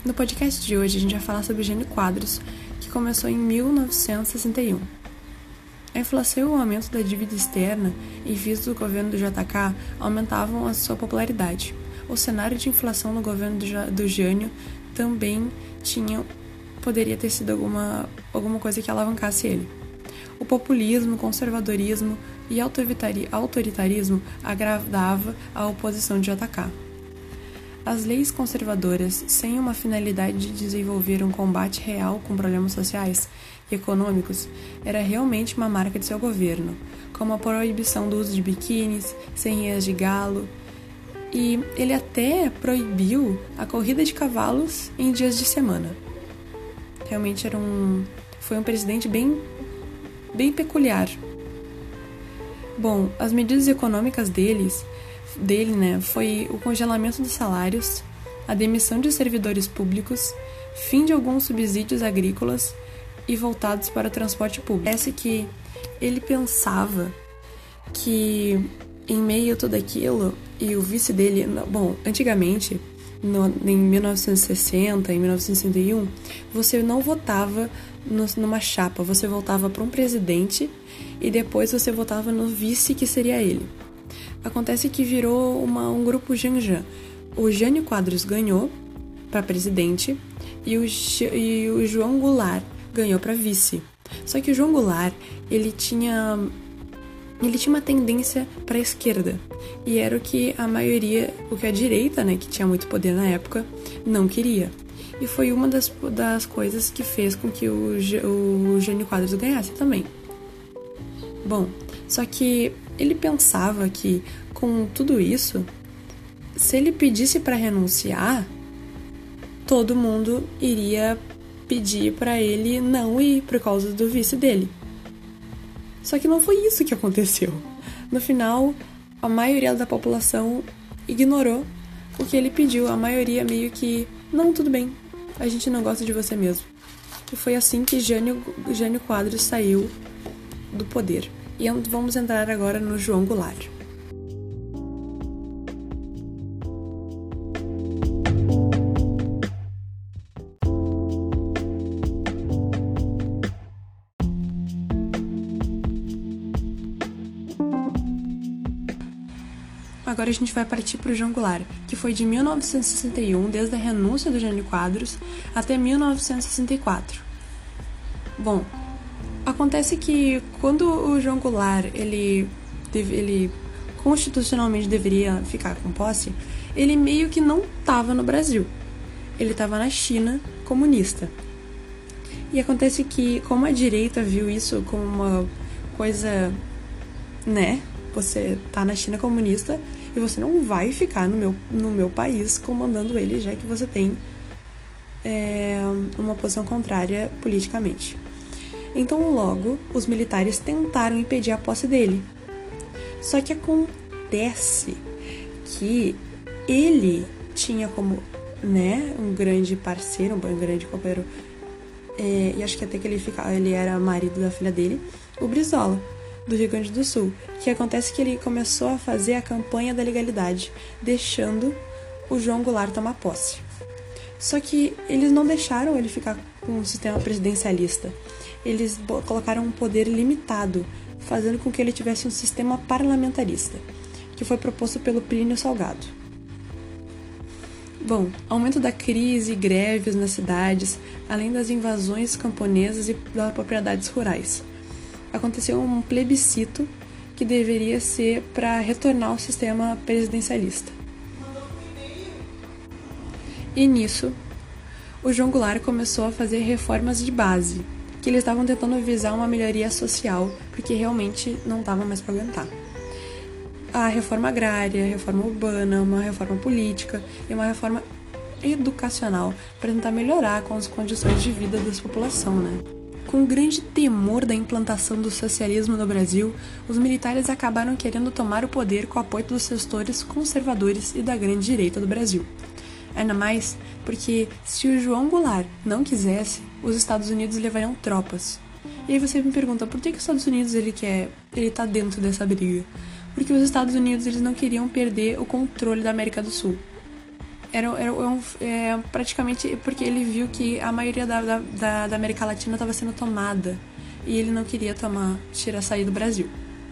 No podcast de hoje, a gente vai falar sobre Jânio Quadros, que começou em 1961. A inflação e o aumento da dívida externa em vista do governo do JK aumentavam a sua popularidade. O cenário de inflação no governo do Jânio também poderia ter sido alguma coisa que alavancasse ele. O populismo, conservadorismo e autoritarismo agravava a oposição de JK. As leis conservadoras, sem uma finalidade de desenvolver um combate real com problemas sociais e econômicos, era realmente uma marca de seu governo, como a proibição do uso de biquínis, senhas de galo, e ele até proibiu a corrida de cavalos em dias de semana. Realmente foi um presidente bem peculiar. Bom, as medidas econômicas dele, foi o congelamento dos salários, a demissão de servidores públicos, fim de alguns subsídios agrícolas e voltados para o transporte público. Parece que ele pensava que, em meio a tudo aquilo, e o vice dele... Bom, antigamente, em 1960, em 1961, você não votava numa chapa, você votava para um presidente e depois você votava no vice, que seria ele. Acontece que virou um grupo Janjan. O Jânio Quadros ganhou para presidente e o João Goulart ganhou para vice. Só que o João Goulart, ele tinha uma tendência para a esquerda. E era o que a direita, que tinha muito poder na época, não queria. E foi uma das coisas que fez com que o Jânio Quadros ganhasse também. Bom, só que ele pensava que, com tudo isso, se ele pedisse para renunciar, todo mundo iria pedir para ele não ir por causa do vice dele. Só que não foi isso que aconteceu. No final, a maioria da população ignorou o que ele pediu. A maioria meio que, não, tudo bem, a gente não gosta de você mesmo. E foi assim que Jânio Quadros saiu do poder. E vamos entrar agora no João Goulart. Agora a gente vai partir para o João Goulart, que foi de 1961, desde a renúncia do Jânio Quadros, até 1964. Bom, acontece que quando o João Goulart ele constitucionalmente deveria ficar com posse, ele meio que não estava no Brasil. Ele estava na China comunista. E acontece que, como a direita viu isso como uma coisa, você tá na China comunista e você não vai ficar no meu país comandando ele, já que você tem uma posição contrária politicamente. Então, logo, os militares tentaram impedir a posse dele. Só que acontece que ele tinha como, um grande parceiro, um grande companheiro, e acho que até que ele era marido da filha dele, o Brizola, do Rio Grande do Sul. Que acontece que ele começou a fazer a campanha da legalidade, deixando o João Goulart tomar posse. Só que eles não deixaram ele ficar com um sistema presidencialista. Eles colocaram um poder limitado, fazendo com que ele tivesse um sistema parlamentarista, que foi proposto pelo Plínio Salgado. Bom, aumento da crise, greves nas cidades, além das invasões camponesas e das propriedades rurais. Aconteceu um plebiscito que deveria ser para retornar ao sistema presidencialista. E nisso, o João Goulart começou a fazer reformas de base, que eles estavam tentando visar uma melhoria social, porque realmente não dava mais para aguentar. A reforma agrária, a reforma urbana, uma reforma política e uma reforma educacional para tentar melhorar com as condições de vida da população, Com grande temor da implantação do socialismo no Brasil, os militares acabaram querendo tomar o poder com o apoio dos setores conservadores e da grande direita do Brasil. Ainda mais porque, se o João Goulart não quisesse, os Estados Unidos levariam tropas. E aí você me pergunta, por que os Estados Unidos ele tá dentro dessa briga? Porque os Estados Unidos eles não queriam perder o controle da América do Sul. praticamente porque ele viu que a maioria da América Latina estava sendo tomada e ele não queria sair do Brasil.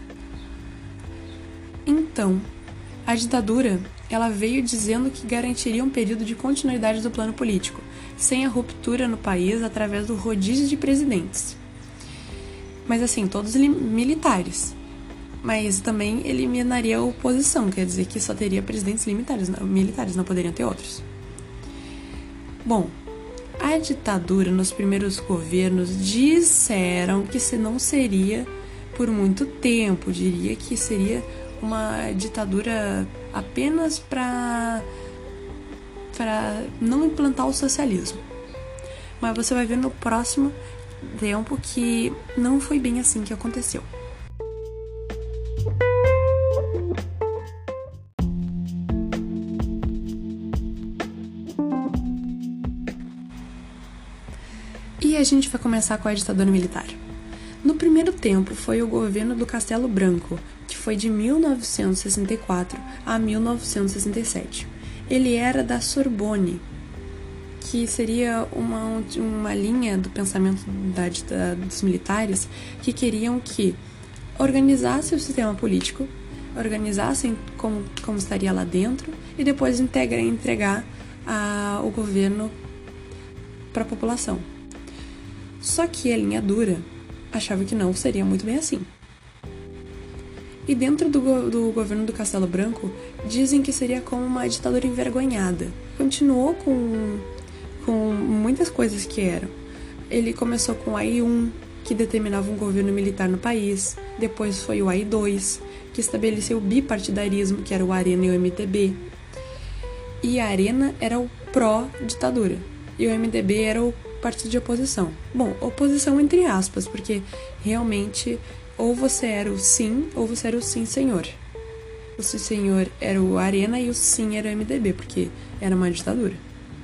Então, a ditadura, ela veio dizendo que garantiria um período de continuidade do plano político, sem a ruptura no país através do rodízio de presidentes. Mas assim, todos militares. Mas também eliminaria a oposição, quer dizer que só teria presidentes militares, não poderiam ter outros. Bom, a ditadura nos primeiros governos disseram que não seria por muito tempo, diria que seria uma ditadura apenas para não implantar o socialismo. Mas você vai ver no próximo tempo que não foi bem assim que aconteceu. E a gente vai começar com a ditadura militar. No primeiro tempo foi o governo do Castelo Branco, que foi de 1964 a 1967. Ele era da Sorbonne, que seria uma linha do pensamento dos militares que queriam que organizasse o sistema político, organizassem como estaria lá dentro e depois entregar o governo para a população. Só que a linha dura achava que não seria muito bem assim. E dentro do governo do Castelo Branco, dizem que seria como uma ditadura envergonhada. Continuou com muitas coisas que eram. Ele começou com o AI-1, que determinava um governo militar no país. Depois foi o AI-2, que estabeleceu o bipartidarismo, que era o Arena e o MDB. E a Arena era o pró-ditadura. E o MDB era o partido de oposição. Bom, oposição entre aspas, porque realmente ou você era o sim, ou você era o sim senhor. O sim senhor era o Arena e o sim era o MDB, porque era uma ditadura.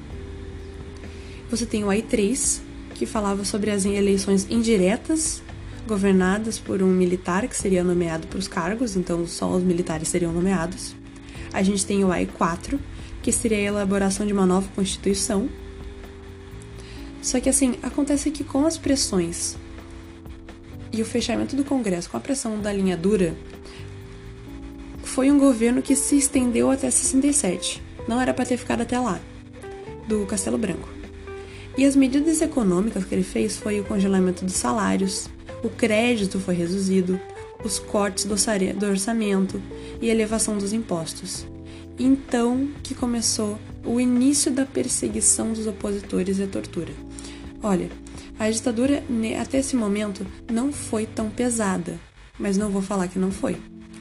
Você tem o AI-3, que falava sobre as eleições indiretas, governadas por um militar que seria nomeado para os cargos, então só os militares seriam nomeados. A gente tem o AI-4, que seria a elaboração de uma nova constituição. Só que assim, acontece que com as pressões e o fechamento do Congresso, com a pressão da linha dura, foi um governo que se estendeu até 67. Não era para ter ficado até lá, do Castelo Branco. E as medidas econômicas que ele fez foi o congelamento dos salários, o crédito foi reduzido, os cortes do orçamento e a elevação dos impostos. Então que começou o início da perseguição dos opositores e a tortura. Olha, a ditadura até esse momento não foi tão pesada, mas não vou falar que não foi.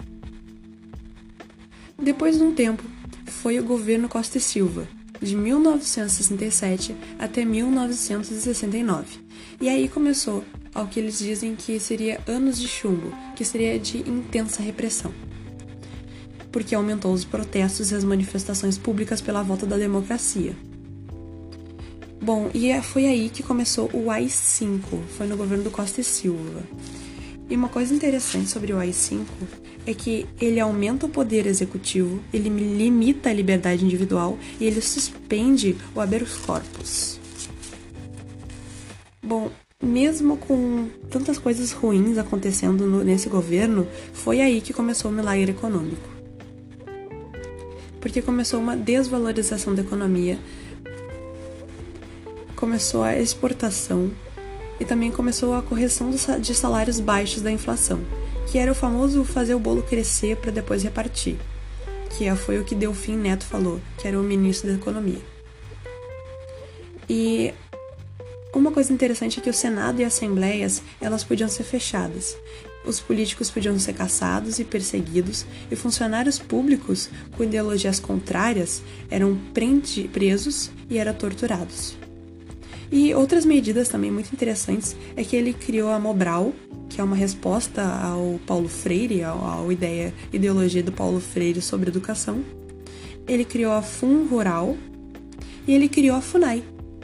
Depois de um tempo, foi o governo Costa e Silva, de 1967 até 1969. E aí começou ao que eles dizem que seria anos de chumbo, que seria de intensa repressão, porque aumentou os protestos e as manifestações públicas pela volta da democracia. Bom, e foi aí que começou o AI-5, foi no governo do Costa e Silva. E uma coisa interessante sobre o AI-5 é que ele aumenta o poder executivo, ele limita a liberdade individual e ele suspende o habeas corpus. Bom, mesmo com tantas coisas ruins acontecendo nesse governo, foi aí que começou o milagre econômico. Porque começou uma desvalorização da economia, começou a exportação e também começou a correção de salários baixos da inflação, que era o famoso fazer o bolo crescer para depois repartir, que foi o que Delfim Neto falou, que era o ministro da Economia. E uma coisa interessante é que o Senado e assembleias, elas podiam ser fechadas. Os políticos podiam ser caçados e perseguidos, e funcionários públicos com ideologias contrárias eram presos e eram torturados. E outras medidas também muito interessantes é que ele criou a Mobral, que é uma resposta ao Paulo Freire, à ideologia do Paulo Freire sobre educação. Ele criou a FUNRURAL e ele criou a FUNAI.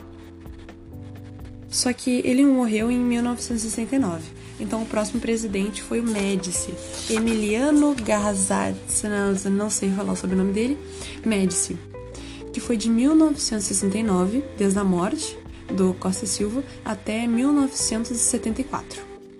Só que ele morreu em 1969. Então o próximo presidente foi o Médici, Emiliano Garrazzati, não sei falar sobre o nome dele, Médici, que foi de 1969, desde a morte do Costa e Silva, até 1974.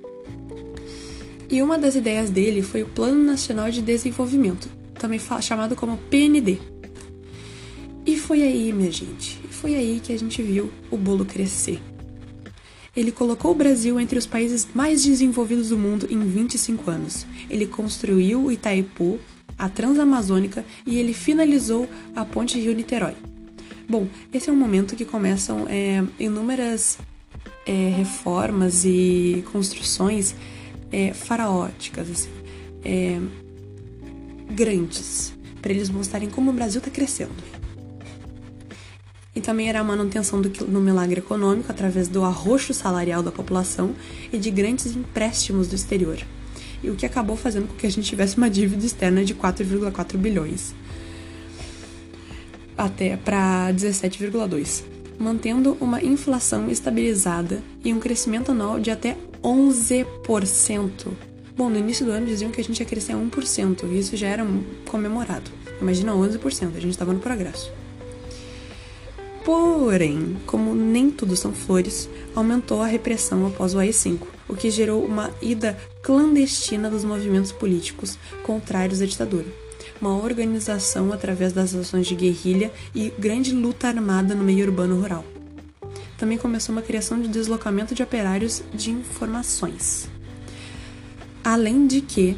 E uma das ideias dele foi o Plano Nacional de Desenvolvimento, também chamado como PND. E foi aí, minha gente, foi aí que a gente viu o bolo crescer. Ele colocou o Brasil entre os países mais desenvolvidos do mundo em 25 anos. Ele construiu o Itaipu, a Transamazônica, e ele finalizou a Ponte Rio-Niterói. Bom, esse é um momento que começam inúmeras reformas e construções faraóticas, assim, grandes, para eles mostrarem como o Brasil está crescendo. E também era a manutenção do milagre econômico através do arroxo salarial da população e de grandes empréstimos do exterior. E o que acabou fazendo com que a gente tivesse uma dívida externa de 4,4 bilhões. Até para 17,2, mantendo uma inflação estabilizada e um crescimento anual de até 11%. Bom, no início do ano diziam que a gente ia crescer 1%, e isso já era comemorado. Imagina 11%, a gente estava no progresso. Porém, como nem tudo são flores, aumentou a repressão após o AI-5, o que gerou uma ida clandestina dos movimentos políticos contrários à ditadura, uma organização através das ações de guerrilha e grande luta armada no meio urbano rural. Também começou uma criação de deslocamento de operários de informações. Além de que,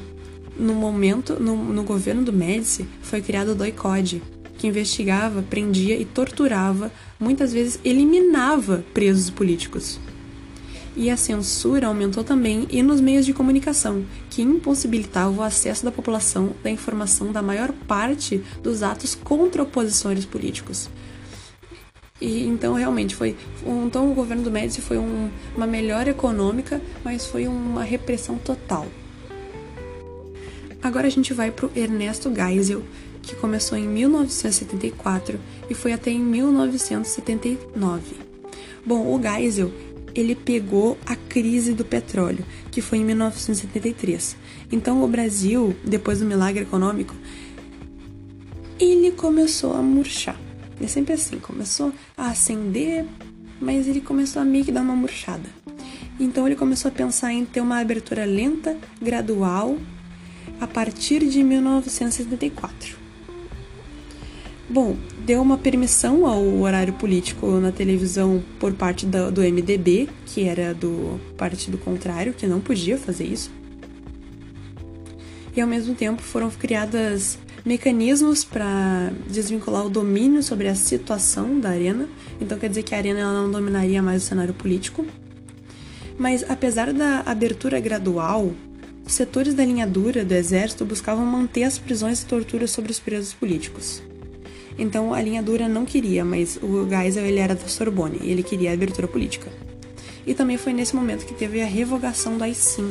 no governo do Médici, foi criado o DOI-CODE, que investigava, prendia e torturava, muitas vezes eliminava presos políticos. E a censura aumentou também e nos meios de comunicação, que impossibilitavam o acesso da população da informação da maior parte dos atos contra opositores políticos. E então realmente então o governo do Médici foi uma melhora econômica, mas foi uma repressão total. Agora a gente vai para o Ernesto Geisel, que começou em 1974 e foi até em 1979. Bom, o Geisel, ele pegou a crise do petróleo, que foi em 1973. Então o Brasil, depois do milagre econômico, ele começou a murchar. É sempre assim, começou a acender, mas ele começou a meio que dar uma murchada. Então ele começou a pensar em ter uma abertura lenta, gradual, a partir de 1974. Bom, deu uma permissão ao horário político na televisão por parte do MDB, que era do partido contrário, que não podia fazer isso. E ao mesmo tempo foram criados mecanismos para desvincular o domínio sobre a situação da Arena. Então quer dizer que a Arena ela não dominaria mais o cenário político. Mas apesar da abertura gradual, os setores da linha dura do exército buscavam manter as prisões e torturas sobre os presos políticos. Então a linha dura não queria, mas o Geisel ele era da Sorbonne e ele queria a abertura política. E também foi nesse momento que teve a revogação do AI-5.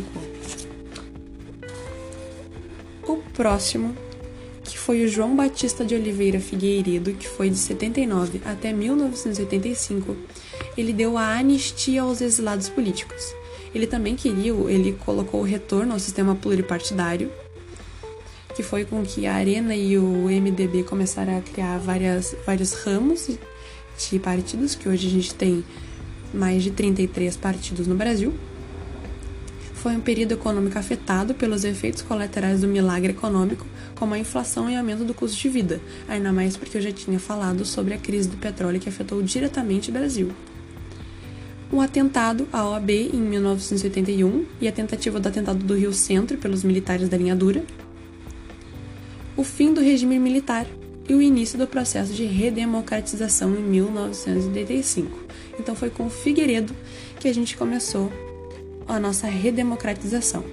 O próximo, que foi o João Batista de Oliveira Figueiredo, que foi de 79 até 1985, ele deu a anistia aos exilados políticos. Ele também ele colocou o retorno ao sistema pluripartidário, que foi com que a Arena e o MDB começaram a criar vários ramos de partidos, que hoje a gente tem mais de 33 partidos no Brasil. Foi um período econômico afetado pelos efeitos colaterais do milagre econômico, como a inflação e o aumento do custo de vida, ainda mais porque eu já tinha falado sobre a crise do petróleo que afetou diretamente o Brasil. Um atentado à OAB em 1981 e a tentativa do atentado do Rio Centro pelos militares da linha dura, o fim do regime militar e o início do processo de redemocratização em 1985. Então foi com o Figueiredo que a gente começou a nossa redemocratização.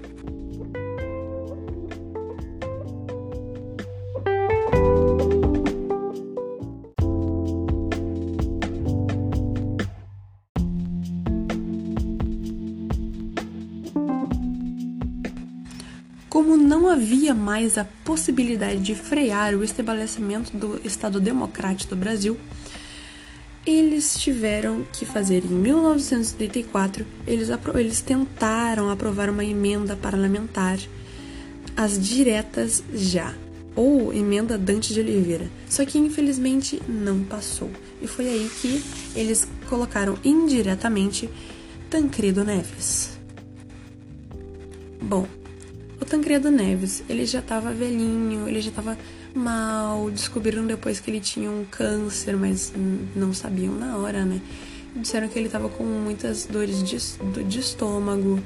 Como não havia mais a possibilidade de frear o estabelecimento do Estado Democrático do Brasil, eles tiveram que fazer em 1984, eles tentaram aprovar uma emenda parlamentar, as diretas já. ou emenda Dante de Oliveira. Só que infelizmente não passou. E foi aí que eles colocaram indiretamente Tancredo Neves. Bom, o Tancredo Neves, ele já estava velhinho, ele já estava mal, descobriram depois que ele tinha um câncer, mas não sabiam na hora, né? Disseram que ele estava com muitas dores de estômago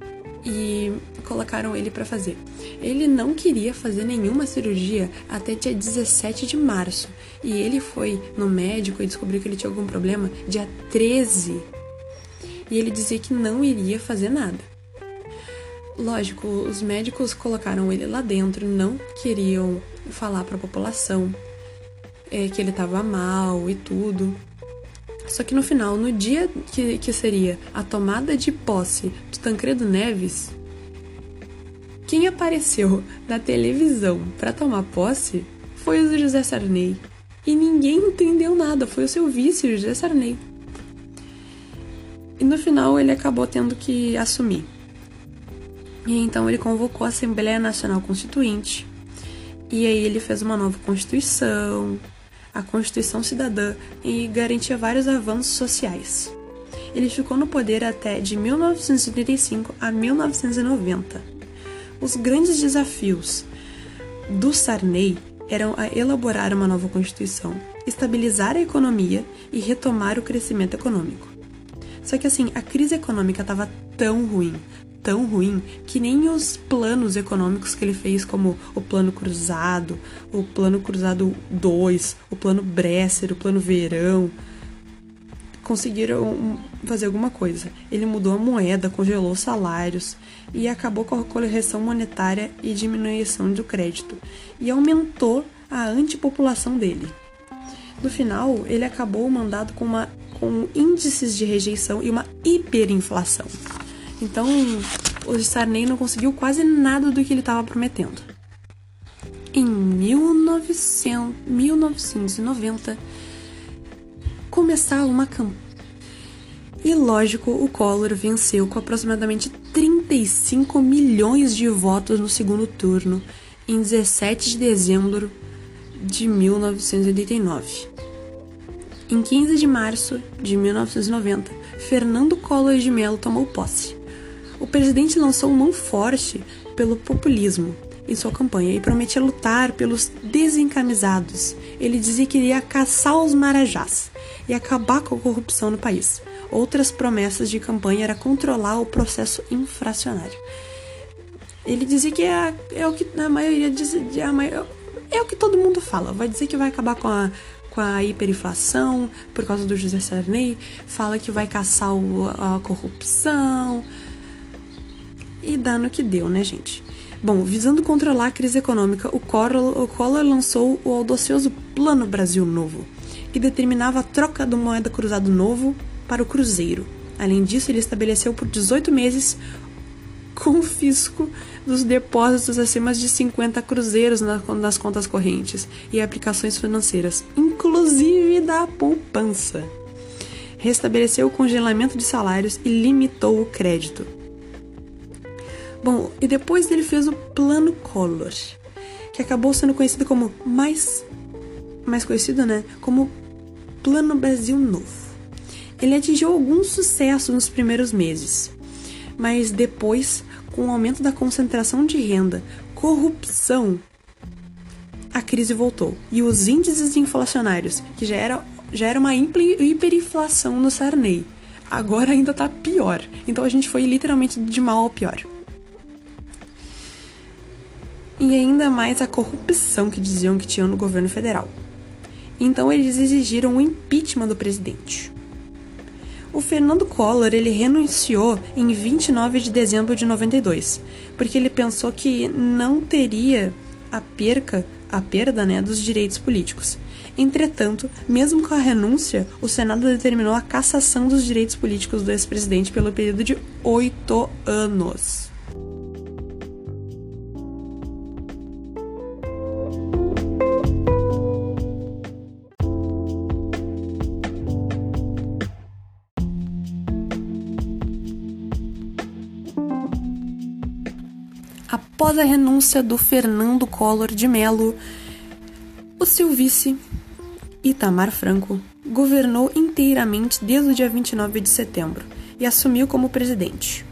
e colocaram ele para fazer. Ele não queria fazer nenhuma cirurgia até dia 17 de março. E ele foi no médico e descobriu que ele tinha algum problema dia 13. E ele dizia que não iria fazer nada. Lógico, os médicos colocaram ele lá dentro, não queriam falar para a população que ele estava mal e tudo. Só que no final, no dia que seria a tomada de posse do Tancredo Neves, quem apareceu na televisão para tomar posse foi o José Sarney. E ninguém entendeu nada, foi o seu vice, o José Sarney. E no final ele acabou tendo que assumir. E então ele convocou a Assembleia Nacional Constituinte. E aí ele fez uma nova Constituição, a Constituição Cidadã, e garantia vários avanços sociais. Ele ficou no poder até de 1985 a 1990. Os grandes desafios do Sarney eram a elaborar uma nova Constituição, estabilizar a economia e retomar o crescimento econômico. Só que assim, a crise econômica estava tão ruim, que nem os planos econômicos que ele fez, como o Plano Cruzado, o Plano Cruzado 2, o Plano Bresser, o Plano Verão, conseguiram fazer alguma coisa. Ele mudou a moeda, congelou os salários e acabou com a correção monetária e diminuição do crédito, e aumentou a antipopulação dele. No final, ele acabou o mandato com índices de rejeição e uma hiperinflação. Então, o Sarney não conseguiu quase nada do que ele estava prometendo. Em 1990, começava uma campanha. E lógico, o Collor venceu com aproximadamente 35 milhões de votos no segundo turno, em 17 de dezembro de 1989. Em 15 de março de 1990, Fernando Collor de Mello tomou posse. O presidente lançou mão forte pelo populismo em sua campanha e prometia lutar pelos desencamisados. Ele dizia que iria caçar os marajás e acabar com a corrupção no país. Outras promessas de campanha era controlar o processo infracionário. Ele dizia que é o que a maioria diz, é o que todo mundo fala. Vai dizer que vai acabar com a hiperinflação por causa do José Sarney, fala que vai caçar a corrupção. E dá no que deu, né, gente? Bom, visando controlar a crise econômica, o Collor lançou o audacioso Plano Brasil Novo, que determinava a troca do moeda cruzado novo para o cruzeiro. Além disso, ele estabeleceu por 18 meses confisco dos depósitos acima de 50 cruzeiros nas contas correntes e aplicações financeiras, inclusive da poupança. Restabeleceu o congelamento de salários e limitou o crédito. Bom, e depois ele fez o Plano Collor, que acabou sendo conhecido como mais conhecido, né, como Plano Brasil Novo. Ele atingiu algum sucesso nos primeiros meses, mas depois, com o aumento da concentração de renda, corrupção, a crise voltou. E os índices inflacionários, que já era uma hiperinflação no Sarney, agora ainda tá pior. Então a gente foi literalmente de mal ao pior. E ainda mais a corrupção que diziam que tinham no governo federal. Então eles exigiram o impeachment do presidente. O Fernando Collor, ele renunciou em 29 de dezembro de 92, porque ele pensou que não teria a perda, né, dos direitos políticos. Entretanto, mesmo com a renúncia, o Senado determinou a cassação dos direitos políticos do ex-presidente pelo período de 8 anos. após a renúncia do Fernando Collor de Mello, o seu vice, Itamar Franco, governou inteiramente desde o dia 29 de setembro e assumiu como presidente.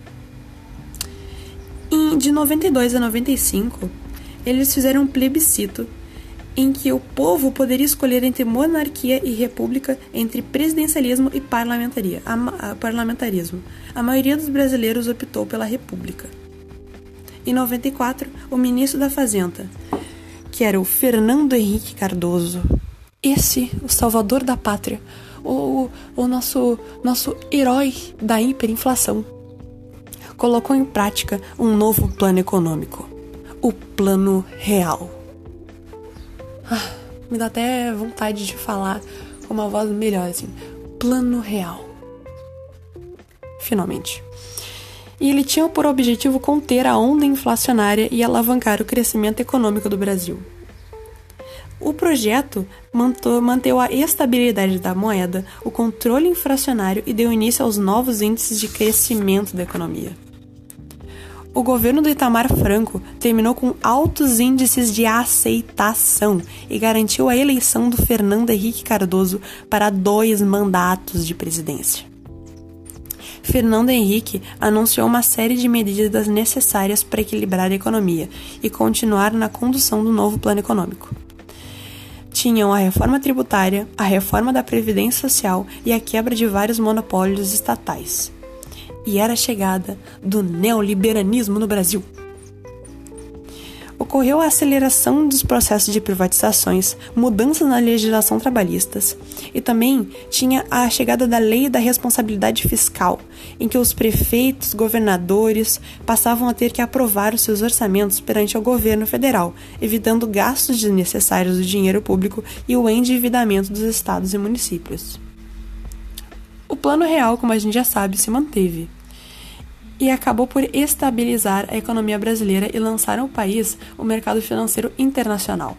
De 92 a 95, eles fizeram um plebiscito em que o povo poderia escolher entre monarquia e república, entre presidencialismo e parlamentarismo. A maioria dos brasileiros optou pela república. Em 94, o ministro da Fazenda, que era o Fernando Henrique Cardoso, o salvador da pátria, o nosso herói da hiperinflação, colocou em prática um novo plano econômico, o Plano Real. Me dá até vontade de falar com uma voz melhor, assim, Plano Real. Finalmente. E ele tinha por objetivo conter a onda inflacionária e alavancar o crescimento econômico do Brasil. O projeto manteve a estabilidade da moeda, o controle inflacionário e deu início aos novos índices de crescimento da economia. O governo do Itamar Franco terminou com altos índices de aceitação e garantiu a eleição do Fernando Henrique Cardoso para 2 mandatos de presidência. Fernando Henrique anunciou uma série de medidas necessárias para equilibrar a economia e continuar na condução do novo plano econômico. Tinham a reforma tributária, a reforma da Previdência Social e a quebra de vários monopólios estatais. E era a chegada do neoliberalismo no Brasil. Ocorreu a aceleração dos processos de privatizações, mudanças na legislação trabalhistas e também tinha a chegada da Lei da Responsabilidade Fiscal, em que os prefeitos, governadores passavam a ter que aprovar os seus orçamentos perante o governo federal, evitando gastos desnecessários do dinheiro público e o endividamento dos estados e municípios. O Plano Real, como a gente já sabe, se manteve e acabou por estabilizar a economia brasileira e lançar ao país o mercado financeiro internacional.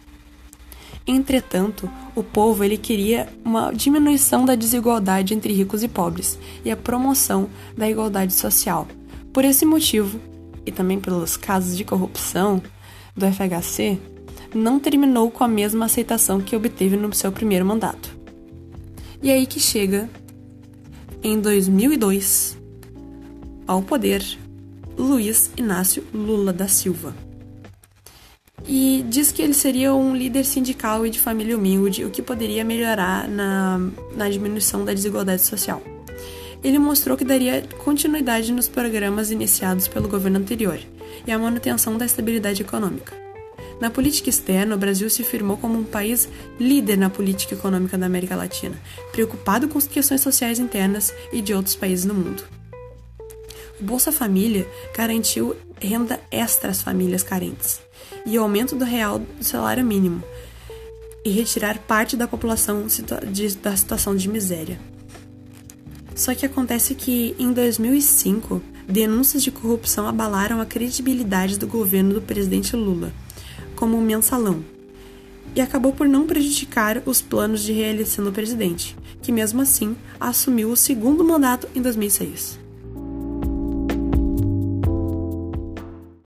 Entretanto, o povo queria uma diminuição da desigualdade entre ricos e pobres e a promoção da igualdade social. Por esse motivo, e também pelos casos de corrupção do FHC, não terminou com a mesma aceitação que obteve no seu primeiro mandato. E aí que chega, em 2002, ao poder, Luiz Inácio Lula da Silva. E diz que ele seria um líder sindical e de família humilde, o que poderia melhorar na diminuição da desigualdade social. Ele mostrou que daria continuidade nos programas iniciados pelo governo anterior e a manutenção da estabilidade econômica. Na política externa, o Brasil se firmou como um país líder na política econômica da América Latina, preocupado com as questões sociais internas e de outros países no mundo. O Bolsa Família garantiu renda extra às famílias carentes e o aumento do real do salário mínimo e retirar parte da população da situação de miséria. Só que acontece que, em 2005, denúncias de corrupção abalaram a credibilidade do governo do presidente Lula, como um mensalão, e acabou por não prejudicar os planos de reeleição do presidente, que mesmo assim assumiu o segundo mandato em 2006.